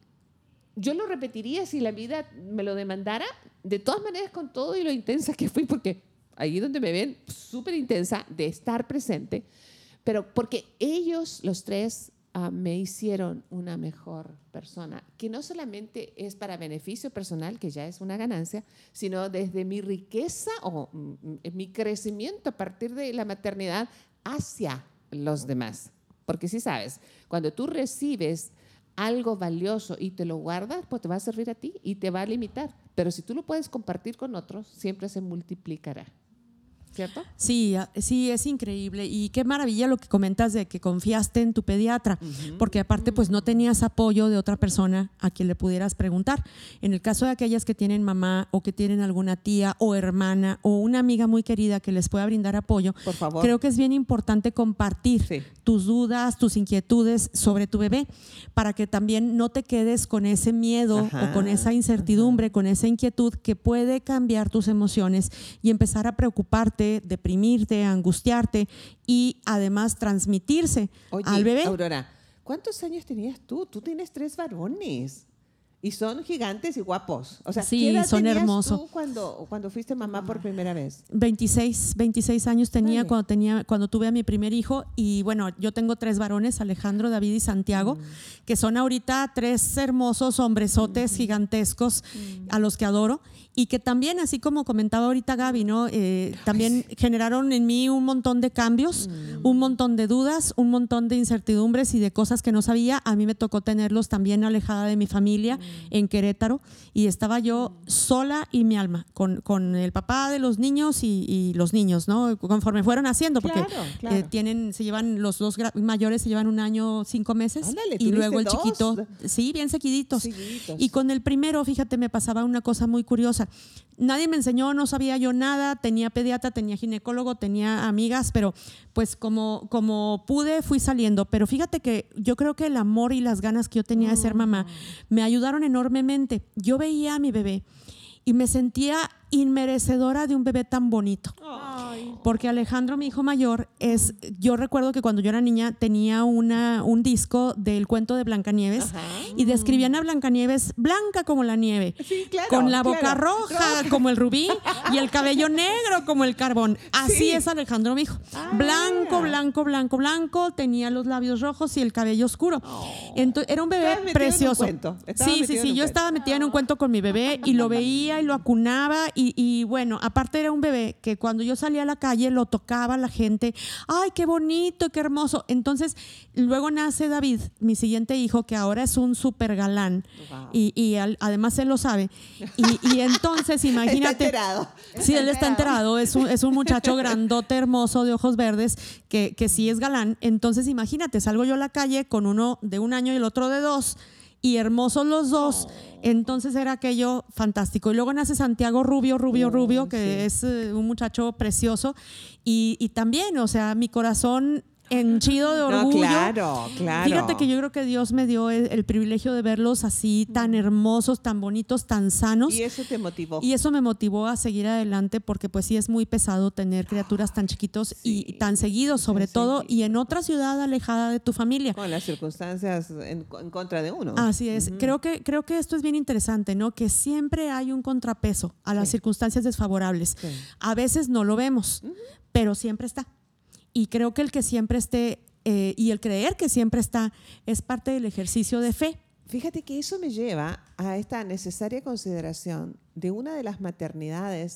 Yo lo repetiría si la vida me lo demandara, de todas maneras con todo y lo intensa que fui, porque ahí donde me ven, súper intensa de estar presente, pero porque ellos, los tres, uh, me hicieron una mejor persona, que no solamente es para beneficio personal, que ya es una ganancia, sino desde mi riqueza o mm, mi crecimiento a partir de la maternidad hacia los demás. Porque sí sabes, cuando tú recibes algo valioso y te lo guardas, pues te va a servir a ti y te va a limitar. Pero si tú lo puedes compartir con otros, siempre se multiplicará. ¿Cierto? Sí, sí, es increíble. Y qué maravilla lo que comentas de que confiaste en tu pediatra, uh-huh. porque aparte pues no tenías apoyo de otra persona a quien le pudieras preguntar. En el caso de aquellas que tienen mamá o que tienen alguna tía o hermana o una amiga muy querida que les pueda brindar apoyo, por favor, creo que es bien importante compartir sí. tus dudas, tus inquietudes sobre tu bebé, para que también no te quedes con ese miedo ajá, o con esa incertidumbre, ajá. con esa inquietud que puede cambiar tus emociones y empezar a preocuparte, deprimirte, angustiarte y además transmitirse Oye, al bebé. Aurora, ¿cuántos años tenías tú? Tú tienes tres varones y son gigantes y guapos. O sea, sí, ¿qué edad son tenías hermosos. tú cuando, cuando fuiste mamá por primera vez? veintiséis, veintiséis años tenía Dale. cuando, tenía cuando tuve a mi primer hijo y bueno, yo tengo tres varones, Alejandro, David y Santiago, mm. que son ahorita tres hermosos hombresotes mm. gigantescos mm. a los que adoro y que también, así como comentaba ahorita Gaby, ¿no? Eh, también sí. generaron en mí un montón de cambios, mm. un montón de dudas, un montón de incertidumbres y de cosas que no sabía. A mí me tocó tenerlos también alejada de mi familia, mm. en Querétaro, y estaba yo sola y mi alma, con, con el papá de los niños y, y los niños, ¿no? Conforme fueron haciendo, porque claro, claro. Eh, tienen, se llevan, los dos mayores se llevan un año, cinco meses, Ándale, y luego el dos? chiquito, sí, bien seguiditos. Seguiditos. Y con el primero, fíjate, me pasaba una cosa muy curiosa. Nadie me enseñó, no sabía yo nada, tenía pediatra, tenía ginecólogo, tenía amigas, pero pues como, como pude fui saliendo. Pero fíjate que yo creo que el amor y las ganas que yo tenía de ser mamá me ayudaron enormemente. Yo veía a mi bebé y me sentía inmerecedora de un bebé tan bonito. Ay. Porque Alejandro, mi hijo mayor, es, yo recuerdo que cuando yo era niña tenía una, un disco del cuento de Blancanieves. Ajá. Y describían a Blancanieves blanca como la nieve, sí, claro, con la boca claro. roja roja como el rubí y el cabello negro como el carbón. Así sí. es Alejandro, mi hijo. Ah, blanco, blanco, blanco, blanco, tenía los labios rojos y el cabello oscuro. Oh. Entonces, era un bebé precioso. En un sí, sí, sí, yo cuento. estaba metida en un cuento con mi bebé y lo veía y lo acunaba y, y bueno, aparte era un bebé que cuando yo salía a la calle lo tocaba la gente. ¡Ay, qué bonito, qué hermoso! Entonces, luego nace David, mi siguiente hijo, que ahora es un súper galán. Wow. Y, y al, además él lo sabe. Y, y entonces, imagínate. Está enterado. Sí, él está enterado. Es un, es un muchacho grandote, hermoso, de ojos verdes, que, que sí es galán. Entonces, imagínate, salgo yo a la calle con uno de un año y el otro de dos, y hermosos los dos. Oh. Entonces era aquello fantástico. Y luego nace Santiago Rubio, Rubio, oh, Rubio, que sí. es uh, un muchacho precioso. Y, y también, o sea, mi corazón henchido de orgullo. No, claro, claro. Fíjate que yo creo que Dios me dio el, el privilegio de verlos así tan hermosos, tan bonitos, tan sanos. Y eso te motivó. Y eso me motivó a seguir adelante porque pues sí es muy pesado tener criaturas tan chiquitos sí. y tan seguidos sobre sí, todo sí. y en otra ciudad alejada de tu familia. Con las circunstancias en, en contra de uno. Así es. Uh-huh. Creo que, creo que esto es bien interesante, ¿no? Que siempre hay un contrapeso a las sí. circunstancias desfavorables. Sí. A veces no lo vemos, uh-huh. pero siempre está. Y creo que el que siempre esté eh, y el creer que siempre está es parte del ejercicio de fe. Fíjate que eso me lleva a esta necesaria consideración de una de las maternidades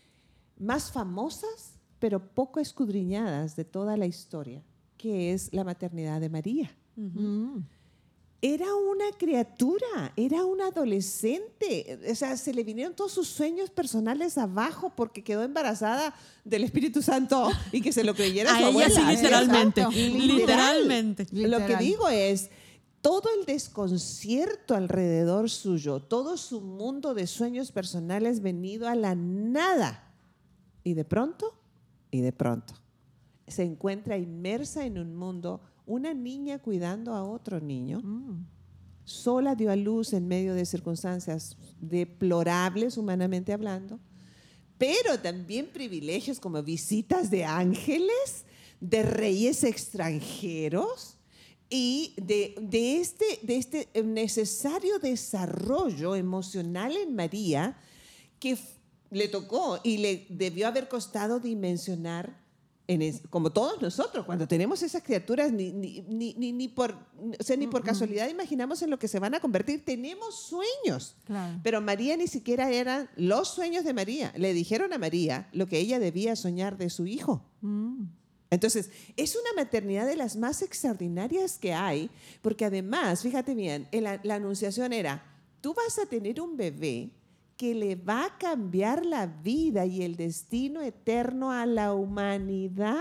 más famosas, pero poco escudriñadas de toda la historia, que es la maternidad de María. Uh-huh. Era una criatura, era una adolescente, o sea, se le vinieron todos sus sueños personales abajo porque quedó embarazada del Espíritu Santo y que se lo creyera a su abuela. Ella sí, literalmente, Literal. literalmente. Lo que digo es, todo el desconcierto alrededor suyo, todo su mundo de sueños personales venido a la nada. Y de pronto, y de pronto, se encuentra inmersa en un mundo, una niña cuidando a otro niño, mm. sola dio a luz en medio de circunstancias deplorables humanamente hablando, pero también privilegios como visitas de ángeles, de reyes extranjeros y de, de, este, de este necesario desarrollo emocional en María que f- le tocó y le debió haber costado dimensionar, en es, como todos nosotros, cuando tenemos esas criaturas, ni, ni, ni, ni, ni por, o sea, ni por casualidad imaginamos en lo que se van a convertir. Tenemos sueños, claro. Pero María ni siquiera eran los sueños de María. Le dijeron a María lo que ella debía soñar de su hijo. Mm. Entonces, es una maternidad de las más extraordinarias que hay, porque además, fíjate bien, la, la anunciación era, tú vas a tener un bebé que le va a cambiar la vida y el destino eterno a la humanidad.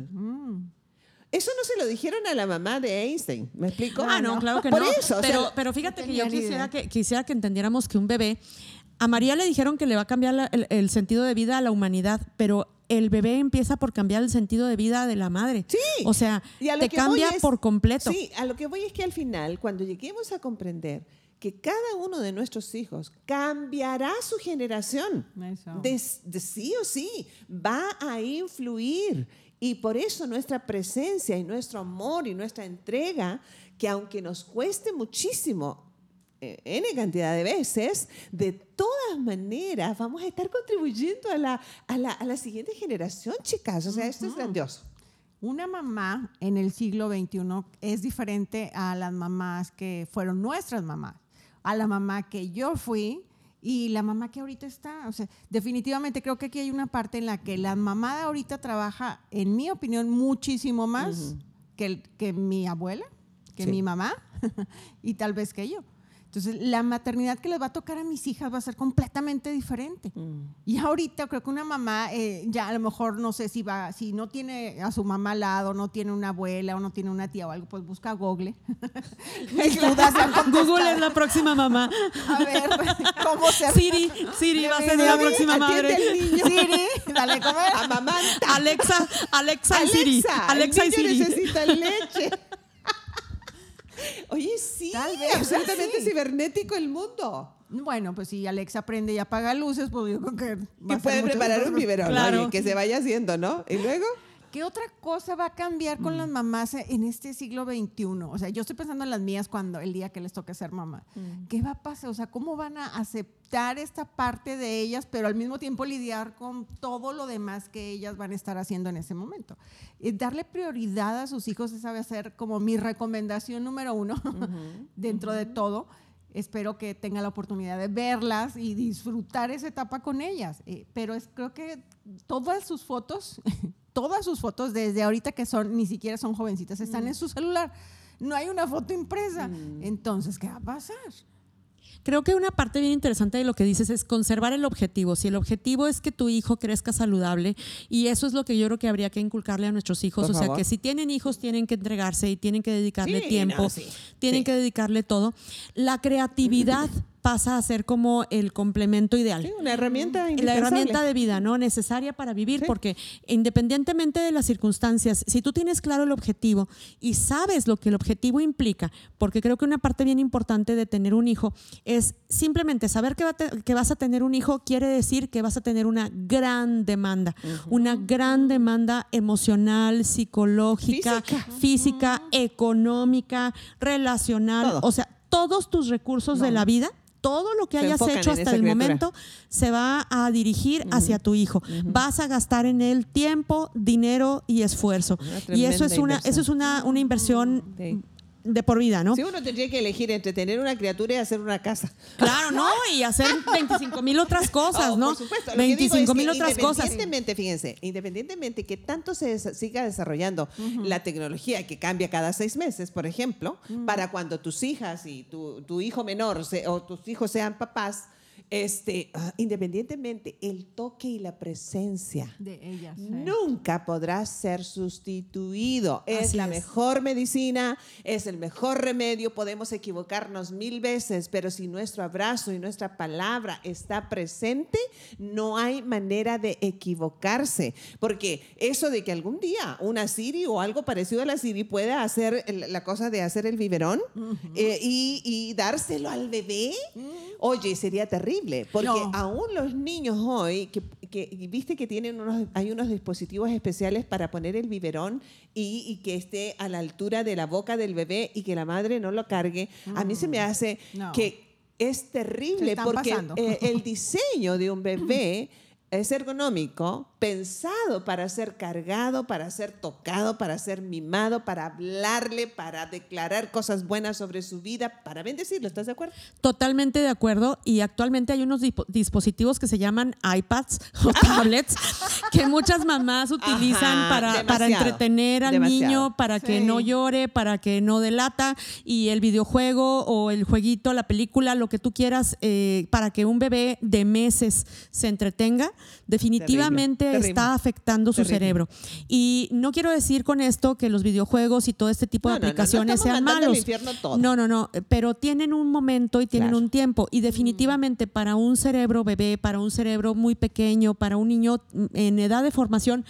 Mm. Eso no se lo dijeron a la mamá de Einstein, ¿me explico? Ah, no, claro que Por no. Eso, pero, o sea, pero fíjate no que yo tenía quisiera idea. que, quisiera que entendiéramos que un bebé, a María le dijeron que le va a cambiar la, el, el sentido de vida a la humanidad, pero el bebé empieza por cambiar el sentido de vida de la madre. Sí. O sea, te cambia es, por completo. Sí, a lo que voy es que al final, cuando lleguemos a comprender que cada uno de nuestros hijos cambiará su generación, de, de sí o sí, va a influir. Y por eso nuestra presencia y nuestro amor y nuestra entrega, que aunque nos cueste muchísimo, eh, N cantidad de veces, de todas maneras vamos a estar contribuyendo a la, a la, a la siguiente generación, chicas. O sea, uh-huh. Esto es grandioso. Una mamá en el siglo veintiuno es diferente a las mamás que fueron nuestras mamás, a la mamá que yo fui y la mamá que ahorita está. O sea, definitivamente creo que aquí hay una parte en la que la mamá de ahorita trabaja, en mi opinión, muchísimo más uh-huh. que, que mi abuela, que sí. mi mamá y tal vez que yo. Entonces, la maternidad que les va a tocar a mis hijas va a ser completamente diferente. Mm. Y ahorita creo que una mamá, eh, ya a lo mejor no sé si va, si no tiene a su mamá al lado, no tiene una abuela o no tiene una tía o algo, pues busca Google. Google es la próxima mamá. A ver, ¿cómo se hace? Siri, Siri va a ser la próxima madre. El niño. Siri, dale comer. A mamá. Alexa, Alexa, Alexa y Siri. Alexa el y Siri. necesita leche. Oye, sí, Tal vez, absolutamente sí. cibernético el mundo. Bueno, pues si Alexa aprende y apaga luces, pues yo creo que va que puede preparar un biberón, claro. Oye, que se vaya haciendo, ¿no? Y luego... ¿Qué otra cosa va a cambiar con mm. las mamás en este siglo veintiuno? O sea, yo estoy pensando en las mías cuando el día que les toque ser mamá. Mm. ¿Qué va a pasar? O sea, ¿cómo van a aceptar esta parte de ellas, pero al mismo tiempo lidiar con todo lo demás que ellas van a estar haciendo en ese momento? Y darle prioridad a sus hijos, esa va a ser como mi recomendación número uno uh-huh. dentro uh-huh. de todo. Espero que tenga la oportunidad de verlas y disfrutar esa etapa con ellas. Eh, pero es, creo que todas sus fotos... Todas sus fotos, desde ahorita que son, ni siquiera son jovencitas, están mm. en su celular. No hay una foto impresa. Mm. Entonces, ¿qué va a pasar? Creo que una parte bien interesante de lo que dices es conservar el objetivo. Si el objetivo es que tu hijo crezca saludable, y eso es lo que yo creo que habría que inculcarle a nuestros hijos. Por o favor. Sea, que si tienen hijos, tienen que entregarse y tienen que dedicarle sí, tiempo, no, sí. tienen sí. que dedicarle todo. La creatividad pasa a ser como el complemento ideal. Sí, una herramienta indispensable. La herramienta de vida, ¿no? Necesaria para vivir, sí. porque independientemente de las circunstancias, si tú tienes claro el objetivo y sabes lo que el objetivo implica, porque creo que una parte bien importante de tener un hijo es simplemente saber que, va te, que vas a tener un hijo quiere decir que vas a tener una gran demanda, uh-huh. una gran demanda emocional, psicológica, física, física uh-huh. económica, relacional, todo. O sea, todos tus recursos no. de la vida, todo lo que se hayas hecho hasta el criatura. Momento se va a dirigir uh-huh. hacia tu hijo. Uh-huh. Vas a gastar en él tiempo, dinero y esfuerzo. Y eso es una, eso es una, una inversión sí. de por vida, ¿no? Si uno tendría que elegir entre tener una criatura y hacer una casa. Claro, ¿no? Y hacer veinticinco mil otras cosas, oh, ¿no? Por supuesto. veinticinco mil otras cosas. Independientemente, fíjense, independientemente que tanto se des- siga desarrollando uh-huh. la tecnología que cambia cada seis meses, por ejemplo, uh-huh. para cuando tus hijas y tu, tu hijo menor se, o tus hijos sean papás, este, uh, independientemente, el toque y la presencia de ellas, sí. nunca podrá ser sustituido. Es Así la es. mejor medicina, es el mejor remedio. Podemos equivocarnos mil veces, pero si nuestro abrazo y nuestra palabra está presente, no hay manera de equivocarse. Porque eso de que algún día una Siri o algo parecido a la Siri pueda hacer el, la cosa de hacer el biberón uh-huh. eh, y, y dárselo al bebé, uh-huh. oye, sería terrible. Porque no. aún los niños hoy, que, que viste que tienen unos, hay unos dispositivos especiales para poner el biberón y, y que esté a la altura de la boca del bebé y que la madre no lo cargue, mm. a mí se me hace no. que es terrible porque eh, el diseño de un bebé es ergonómico, pensado para ser cargado, para ser tocado, para ser mimado, para hablarle, para declarar cosas buenas sobre su vida, para bendecirlo. ¿Estás de acuerdo? Totalmente de acuerdo. Y actualmente hay unos disp- dispositivos que se llaman iPads o tablets que muchas mamás utilizan Ajá, para, para entretener al demasiado. niño, para sí. que no llore, para que no delata. Y el videojuego o el jueguito, la película, lo que tú quieras, eh, para que un bebé de meses se entretenga, definitivamente terrible, está terrible, afectando su terrible. cerebro. Y no quiero decir con esto que los videojuegos y todo este tipo no, de aplicaciones no, no, no sean malos. Al infierno todo. No, no, no, pero tienen un momento y tienen claro. un tiempo. Y definitivamente para un cerebro bebé, para un cerebro muy pequeño, para un niño en edad de formación,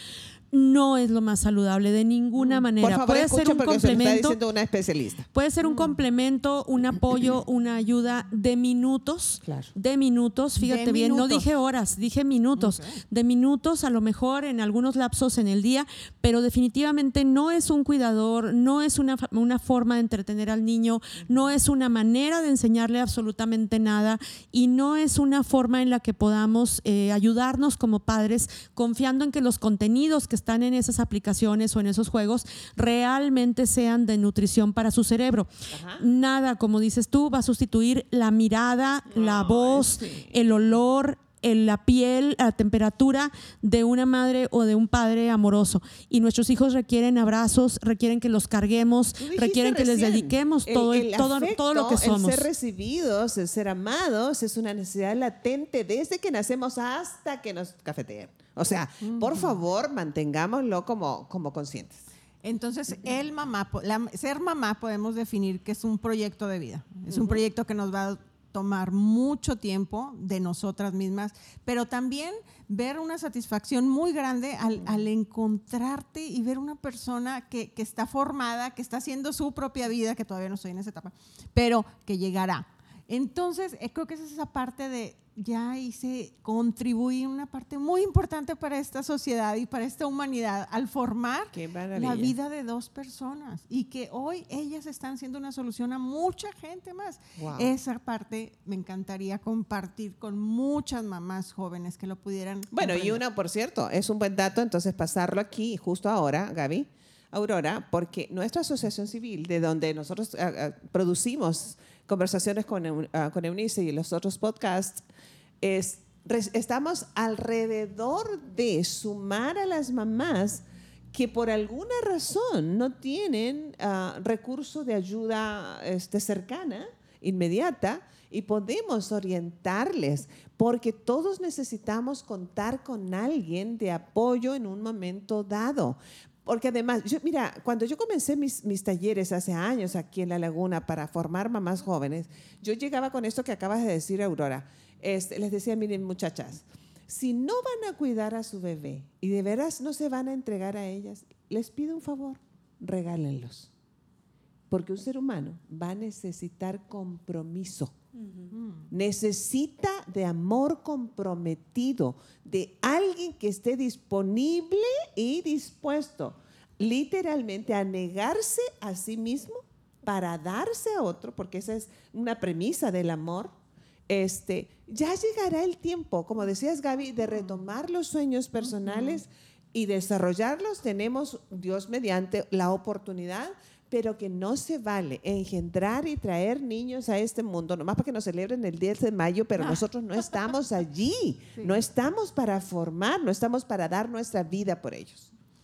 no es lo más saludable de ninguna manera. Por favor, puede ser un complemento. Se lo está diciendo una especialista. Puede ser un complemento, un apoyo, una ayuda de minutos. Claro. De minutos, fíjate de bien, minutos. no dije horas, dije minutos. Okay. De minutos, a lo mejor en algunos lapsos en el día, pero definitivamente no es un cuidador, no es una, una forma de entretener al niño, no es una manera de enseñarle absolutamente nada y no es una forma en la que podamos eh, ayudarnos como padres confiando en que los contenidos que están en esas aplicaciones o en esos juegos realmente sean de nutrición para su cerebro. Ajá. Nada, como dices tú, va a sustituir la mirada, no, la voz, sí. el olor, en la piel, la temperatura de una madre o de un padre amoroso. Y nuestros hijos requieren abrazos, requieren que los carguemos, requieren que recién, les dediquemos todo, el, el todo, afecto, todo lo que somos. El ser recibidos, el ser amados, es una necesidad latente desde que nacemos hasta que nos cafeteen. O sea, uh-huh. por favor, mantengámoslo como, como conscientes. Entonces, el mamá, la, ser mamá podemos definir que es un proyecto de vida. Es uh-huh. un proyecto que nos va a tomar mucho tiempo de nosotras mismas, pero también ver una satisfacción muy grande al, al encontrarte y ver una persona que, que está formada, que está haciendo su propia vida, que todavía no estoy en esa etapa, pero que llegará. Entonces, creo que esa es esa parte de ya hice, contribuí una parte muy importante para esta sociedad y para esta humanidad al formar la vida de dos personas y que hoy ellas están siendo una solución a mucha gente más. Wow. Esa parte me encantaría compartir con muchas mamás jóvenes que lo pudieran Bueno, comprender. Y una, por cierto, es un buen dato, entonces pasarlo aquí justo ahora, Gaby, Aurora, porque nuestra asociación civil, de donde nosotros uh, uh, producimos conversaciones con, uh, con Eunice y los otros podcasts, es, res, estamos alrededor de sumar a las mamás que por alguna razón no tienen uh, recursos de ayuda este, cercana, inmediata, y podemos orientarles, porque todos necesitamos contar con alguien de apoyo en un momento dado. Porque además, yo, mira, cuando yo comencé mis, mis talleres hace años aquí en La Laguna para formar mamás jóvenes, yo llegaba con esto que acabas de decir, Aurora. Este, les decía, miren muchachas, si no van a cuidar a su bebé y de veras no se van a entregar a ellas, les pido un favor, regálenlos. Porque un ser humano va a necesitar compromiso. Uh-huh. Necesita de amor comprometido, de alguien que esté disponible y dispuesto literalmente a negarse a sí mismo para darse a otro, porque esa es una premisa del amor. Este, ya llegará el tiempo, como decías, Gaby, de retomar los sueños personales uh-huh. y desarrollarlos. Tenemos, Dios mediante, la oportunidad, pero que no se vale engendrar y traer niños a este mundo, nomás para que nos celebren el diez de mayo, pero ah. nosotros no estamos allí, sí. no estamos para formar, no estamos para dar nuestra vida por ellos.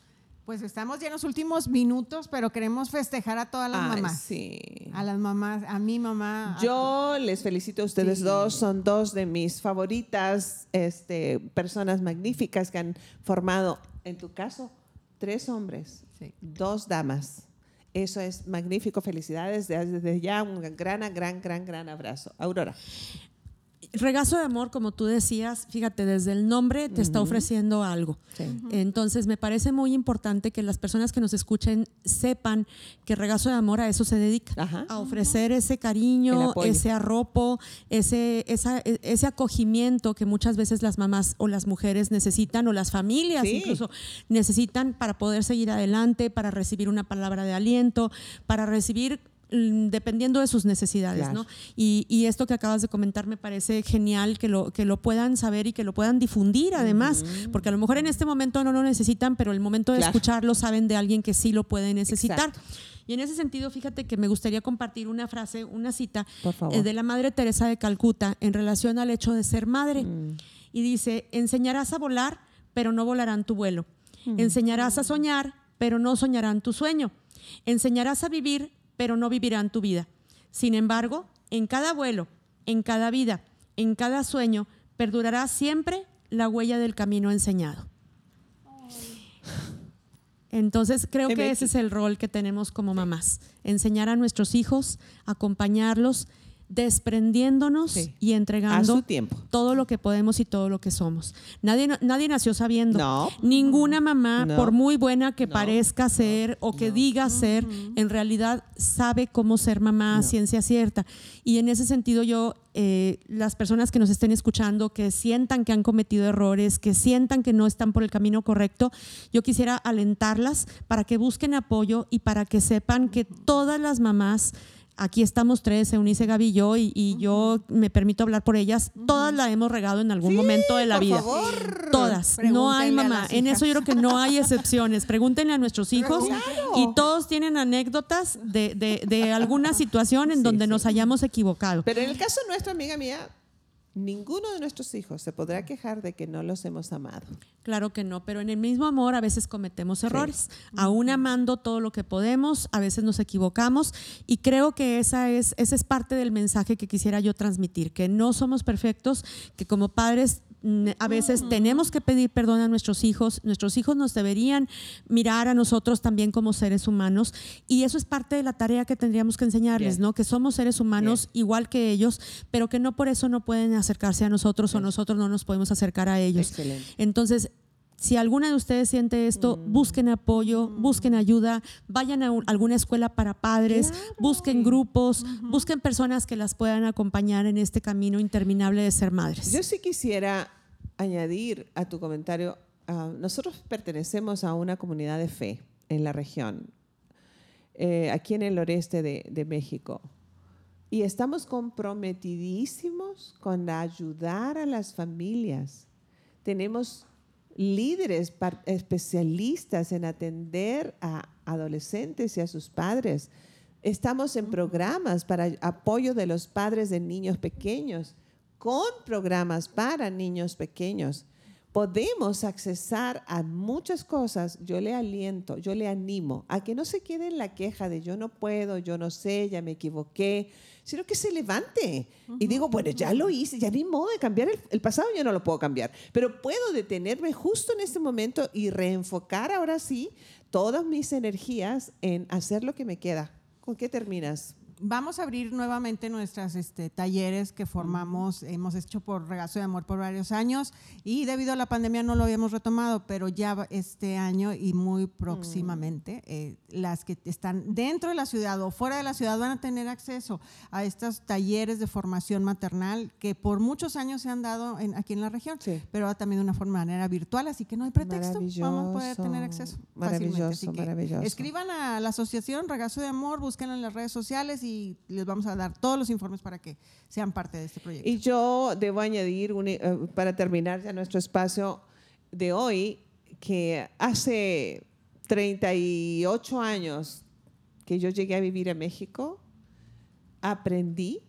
Pues estamos ya en los últimos minutos, pero queremos festejar a todas las Ay, mamás. sí. A las mamás, a mi mamá. a Yo les felicito a ustedes Sí. dos, son dos de mis favoritas, este, personas magníficas que han formado, en tu caso, tres hombres, Sí. dos damas. Eso es magnífico, felicidades, desde ya un gran, gran, gran, gran abrazo. Aurora. Regazo de Amor, como tú decías, fíjate, desde el nombre te está ofreciendo algo. Sí. Entonces, me parece muy importante que las personas que nos escuchen sepan que Regazo de Amor a eso se dedica, Ajá. a ofrecer ese El cariño, apoyo. ese arropo, ese, esa- ese acogimiento que muchas veces las mamás o las mujeres necesitan, o las familias Sí. incluso necesitan para poder seguir adelante, para recibir una palabra de aliento, para recibir mm, dependiendo de sus necesidades, Claro. ¿no? Y, y esto que acabas de comentar me parece genial que lo, que lo puedan saber y que lo puedan difundir además, porque a lo mejor en este momento no lo necesitan, pero el momento de Claro. escucharlo saben de alguien que sí lo puede necesitar. Exacto. Y en ese sentido, fíjate que me gustaría compartir una frase, una cita Por favor. eh, de la Madre Teresa de Calcuta en relación al hecho de ser madre. Mm. Y dice, enseñarás a volar, pero no volarán tu vuelo. Enseñarás a soñar, pero no soñarán tu sueño. Enseñarás a vivir, pero no vivirán tu vida. Sin embargo, en cada vuelo, en cada vida, en cada sueño, perdurará siempre la huella del camino enseñado. Entonces, creo que ese es el rol que tenemos como mamás. Enseñar a nuestros hijos, acompañarlos, desprendiéndonos Sí. y A entregando su tiempo. todo lo que podemos y todo lo que somos. Nadie, nadie nació sabiendo. No. Ninguna mamá, No. por muy buena que No. parezca ser o que diga ser, en realidad sabe cómo ser mamá a ciencia cierta. Y en ese sentido yo, eh, las personas que nos estén escuchando, que sientan que han cometido errores, que sientan que no están por el camino correcto, yo quisiera alentarlas para que busquen apoyo y para que sepan que todas las mamás, aquí estamos tres, Eunice, Gaby y yo, y, y yo me permito hablar por ellas, todas la hemos regado en algún momento de la por vida. favor. Todas. No hay Pregúntenle a mamá. las En eso yo hijas. creo que no hay excepciones. Pregúntenle a nuestros hijos Claro. y todos tienen anécdotas de, de, de alguna situación en Sí, donde sí. nos hayamos equivocado. Pero en el caso nuestro, amiga mía, ninguno de nuestros hijos se podrá quejar de que no los hemos amado. Claro que no, pero en el mismo amor a veces cometemos errores. Aún amando todo lo que podemos, a veces nos equivocamos y creo que esa es, ese es parte del mensaje que quisiera yo transmitir, que no somos perfectos, que como padres mm, a veces tenemos que pedir perdón a nuestros hijos, nuestros hijos nos deberían mirar a nosotros también como seres humanos y eso es parte de la tarea que tendríamos que enseñarles, Bien. ¿no? Que somos seres humanos igual que ellos, pero que no por eso no pueden acercarse a nosotros o nosotros no nos podemos acercar a ellos. Excelente. Entonces, si alguna de ustedes siente esto, busquen apoyo, busquen ayuda, vayan a un- alguna escuela para padres, Claro. busquen grupos, busquen personas que las puedan acompañar en este camino interminable de ser madres. Yo sí quisiera añadir a tu comentario, ah, nosotros pertenecemos a una comunidad de fe en la región, eh, aquí en el noreste de, de México, y estamos comprometidísimos con ayudar a las familias. Tenemos líderes par- especialistas en atender a adolescentes y a sus padres. Estamos en programas para apoyo de los padres de niños pequeños, con programas para niños pequeños. Podemos accesar a muchas cosas. Yo le aliento, yo le animo a que no se quede en la queja de yo no puedo, yo no sé, ya me equivoqué, sino que se levante y digo, bueno, ya lo hice, ya ni modo de cambiar el, el pasado, yo no lo puedo cambiar, pero puedo detenerme justo en este momento y reenfocar ahora sí todas mis energías en hacer lo que me queda. ¿Con qué terminas? Vamos a abrir nuevamente nuestros este, talleres que formamos, hemos hecho por Regazo de Amor por varios años y debido a la pandemia no lo habíamos retomado, pero ya este año y muy próximamente eh, las que están dentro de la ciudad o fuera de la ciudad van a tener acceso a estos talleres de formación maternal que por muchos años se han dado en, aquí en la región, Sí. pero ahora también de una forma manera virtual, así que no hay pretexto, vamos a poder Maravilloso, tener acceso maravilloso, fácilmente. Así que maravilloso. escriban a la asociación Regazo de Amor, búsquenla en las redes sociales y les vamos a dar todos los informes para que sean parte de este proyecto. Y yo debo añadir, un, eh, para terminar ya nuestro espacio de hoy, que hace treinta y ocho años que yo llegué a vivir a México, aprendí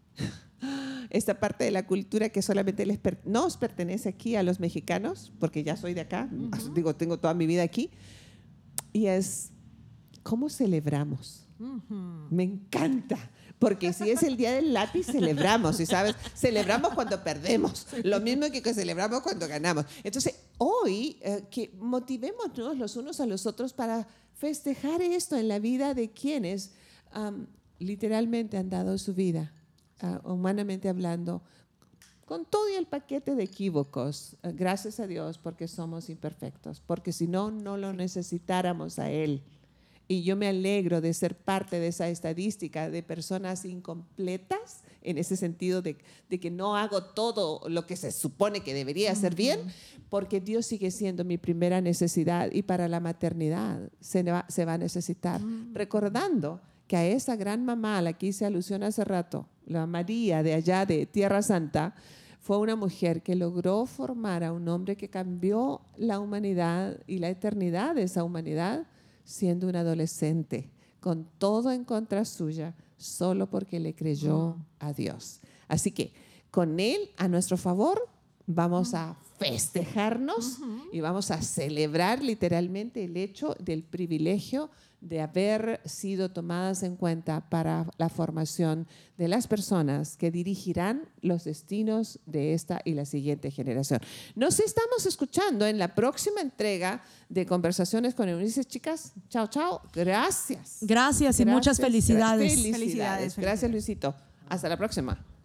esta parte de la cultura que solamente les per- nos pertenece aquí a los mexicanos, porque ya soy de acá, digo, tengo toda mi vida aquí, y es ¿cómo celebramos? Uh-huh. Me encanta. Porque si es el día del lápiz, celebramos, ¿y sabes? Celebramos cuando perdemos, lo mismo que, que celebramos cuando ganamos. Entonces, hoy, eh, que motivémonos los unos a los otros para festejar esto en la vida de quienes um, literalmente han dado su vida, uh, humanamente hablando, con todo y el paquete de equívocos. Uh, gracias a Dios porque somos imperfectos, porque si no, no lo necesitáramos a Él. Y yo me alegro de ser parte de esa estadística de personas incompletas, en ese sentido de, de que no hago todo lo que se supone que debería hacer bien, porque Dios sigue siendo mi primera necesidad y para la maternidad se va, se va a necesitar. Mm. Recordando que a esa gran mamá a la que hice alusión hace rato, la María de allá de Tierra Santa, fue una mujer que logró formar a un hombre que cambió la humanidad y la eternidad de esa humanidad, siendo un adolescente, con todo en contra suya, solo porque le creyó mm. a Dios. Así que con Él a nuestro favor vamos mm. a festejarnos uh-huh. y vamos a celebrar literalmente el hecho del privilegio de haber sido tomadas en cuenta para la formación de las personas que dirigirán los destinos de esta y la siguiente generación. Nos estamos escuchando en la próxima entrega de Conversaciones con Eunice. Chicas, chao, chao. Gracias. Gracias y Gracias. muchas felicidades. Felicidades. Felicidades. Gracias, Luisito. Hasta la próxima.